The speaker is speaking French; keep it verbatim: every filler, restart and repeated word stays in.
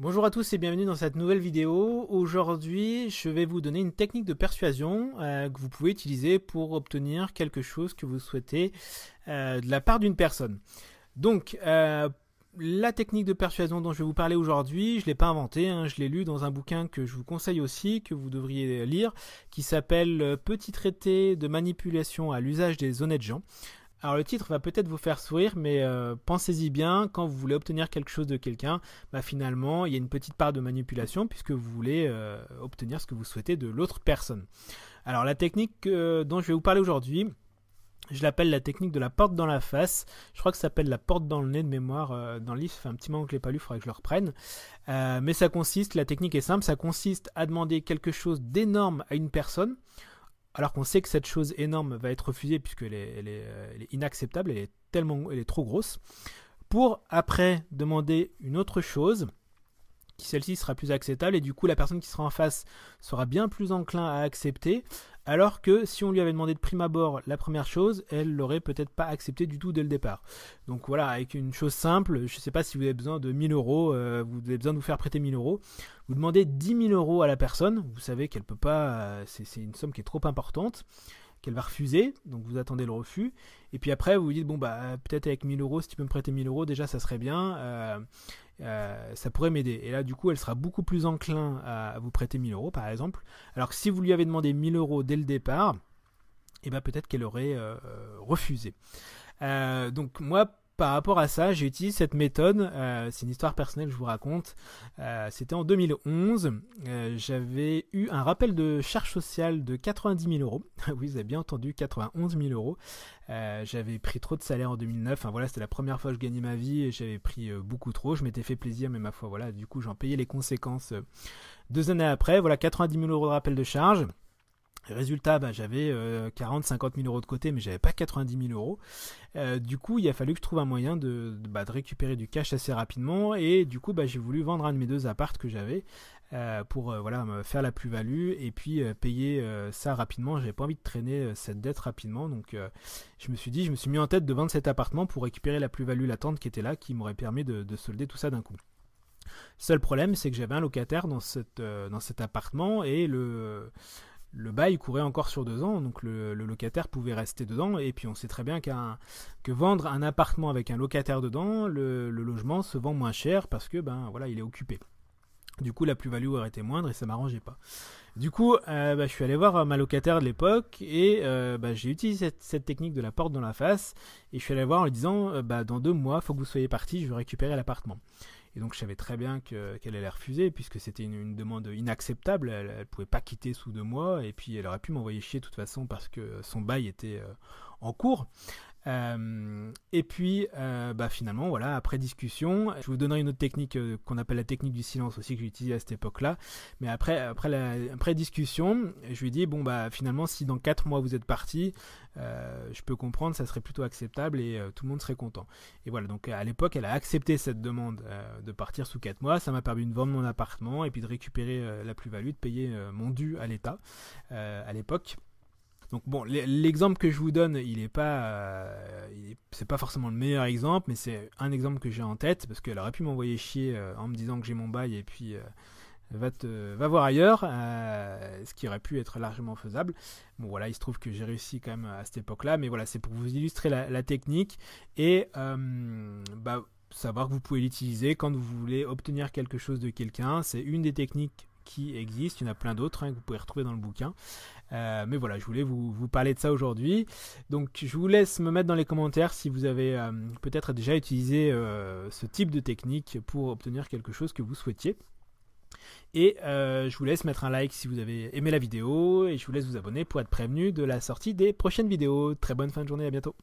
Bonjour à tous et bienvenue dans cette nouvelle vidéo. Aujourd'hui, je vais vous donner une technique de persuasion euh, que vous pouvez utiliser pour obtenir quelque chose que vous souhaitez euh, de la part d'une personne. Donc, euh, la technique de persuasion dont je vais vous parler aujourd'hui, je ne l'ai pas inventée, hein, je l'ai lu dans un bouquin que je vous conseille aussi, que vous devriez lire, qui s'appelle « Petit traité de manipulation à l'usage des honnêtes gens ». Alors le titre va peut-être vous faire sourire, mais euh, pensez-y bien, quand vous voulez obtenir quelque chose de quelqu'un, bah finalement il y a une petite part de manipulation puisque vous voulez euh, obtenir ce que vous souhaitez de l'autre personne. Alors la technique euh, dont je vais vous parler aujourd'hui, je l'appelle la technique de la porte dans la face. Je crois que ça s'appelle la porte dans le nez de mémoire euh, dans le livre, ça fait un petit moment que je ne l'ai pas lu, il faudrait que je le reprenne. Euh, mais ça consiste, la technique est simple, ça consiste à demander quelque chose d'énorme à une personne, alors qu'on sait que cette chose énorme va être refusée puisqu'elle est, elle est, elle est inacceptable, elle est tellement, elle est trop grosse, pour après demander une autre chose, qui celle-ci sera plus acceptable, et du coup la personne qui sera en face sera bien plus enclin à accepter, alors que si on lui avait demandé de prime abord la première chose, elle l'aurait peut-être pas accepté du tout dès le départ. Donc voilà, avec une chose simple, je ne sais pas si vous avez besoin de mille euros, euh, vous avez besoin de vous faire prêter mille euros, vous demandez dix mille euros à la personne, vous savez qu'elle peut pas, euh, c'est, c'est une somme qui est trop importante, qu'elle va refuser, donc vous attendez le refus, et puis après vous vous dites, bon bah peut-être avec mille euros, si tu peux me prêter mille euros, déjà ça serait bien, euh, euh, ça pourrait m'aider. Et là du coup elle sera beaucoup plus enclin à, à vous prêter mille euros par exemple, alors que si vous lui avez demandé mille euros dès le départ, et ben peut-être qu'elle aurait euh, refusé. Euh, donc moi, par rapport à ça, j'ai utilisé cette méthode, euh, c'est une histoire personnelle que je vous raconte, euh, c'était en deux mille onze, euh, j'avais eu un rappel de charge sociale de quatre-vingt-dix mille euros, oui vous avez bien entendu, quatre-vingt-onze mille euros, euh, j'avais pris trop de salaire en deux mille neuf, enfin voilà, c'était la première fois que je gagnais ma vie et j'avais pris euh, beaucoup trop, je m'étais fait plaisir mais ma foi voilà, du coup j'en payais les conséquences euh, deux années après, voilà quatre-vingt-dix mille euros de rappel de charge. Résultat, bah, j'avais euh, quarante à cinquante mille euros de côté, mais j'avais pas quatre-vingt-dix mille euros. Euh, du coup, il a fallu que je trouve un moyen de, de, bah, de récupérer du cash assez rapidement. Et du coup, bah, j'ai voulu vendre un de mes deux apparts que j'avais euh, pour euh, voilà, me faire la plus-value et puis euh, payer euh, ça rapidement. J'avais pas envie de traîner euh, cette dette rapidement. Donc, euh, je me suis dit, je me suis mis en tête de vendre cet appartement pour récupérer la plus-value latente qui était là, qui m'aurait permis de, de solder tout ça d'un coup. Seul problème, c'est que j'avais un locataire dans, cette, euh, dans cet appartement et le... Le bail courait encore sur deux ans, donc le, le locataire pouvait rester dedans. Et puis on sait très bien qu'un, que vendre un appartement avec un locataire dedans, le, le logement se vend moins cher parce que ben voilà, il est occupé. Du coup, la plus-value aurait été moindre et ça m'arrangeait pas. Du coup, euh, bah, je suis allé voir ma locataire de l'époque et euh, bah, j'ai utilisé cette, cette technique de la porte dans la face et je suis allé voir en lui disant euh, bah, dans deux mois, il faut que vous soyez parti, je vais récupérer l'appartement. Et donc je savais très bien que, qu'elle allait refuser puisque c'était une, une demande inacceptable, elle ne pouvait pas quitter sous deux mois et puis elle aurait pu m'envoyer chier de toute façon parce que son bail était euh, en cours. Euh, et puis euh, bah finalement voilà, après discussion, je vous donnerai une autre technique euh, qu'on appelle la technique du silence aussi, que j'ai utilisée à cette époque là, mais après, après, la, après discussion je lui ai dit bon bah finalement si dans quatre mois vous êtes parti, euh, je peux comprendre, ça serait plutôt acceptable et euh, tout le monde serait content. Et voilà, donc à l'époque elle a accepté cette demande euh, de partir sous quatre mois, ça m'a permis de vendre mon appartement et puis de récupérer euh, la plus-value, de payer euh, mon dû à l'État euh, à l'époque. Donc bon, l'exemple que je vous donne, il est pas, euh, il est, c'est pas forcément le meilleur exemple, mais c'est un exemple que j'ai en tête parce qu'elle aurait pu m'envoyer chier euh, en me disant que j'ai mon bail et puis euh, va te, va voir ailleurs, euh, ce qui aurait pu être largement faisable. Bon voilà, il se trouve que j'ai réussi quand même à cette époque-là, mais voilà, c'est pour vous illustrer la, la technique et euh, bah, savoir que vous pouvez l'utiliser quand vous voulez obtenir quelque chose de quelqu'un. C'est une des techniques qui existe, il y en a plein d'autres hein, que vous pouvez retrouver dans le bouquin. Euh, mais voilà, je voulais vous, vous parler de ça aujourd'hui. Donc je vous laisse me mettre dans les commentaires si vous avez euh, peut-être déjà utilisé euh, ce type de technique pour obtenir quelque chose que vous souhaitiez. Et euh, je vous laisse mettre un like si vous avez aimé la vidéo et je vous laisse vous abonner pour être prévenu de la sortie des prochaines vidéos. Très bonne fin de journée, à bientôt.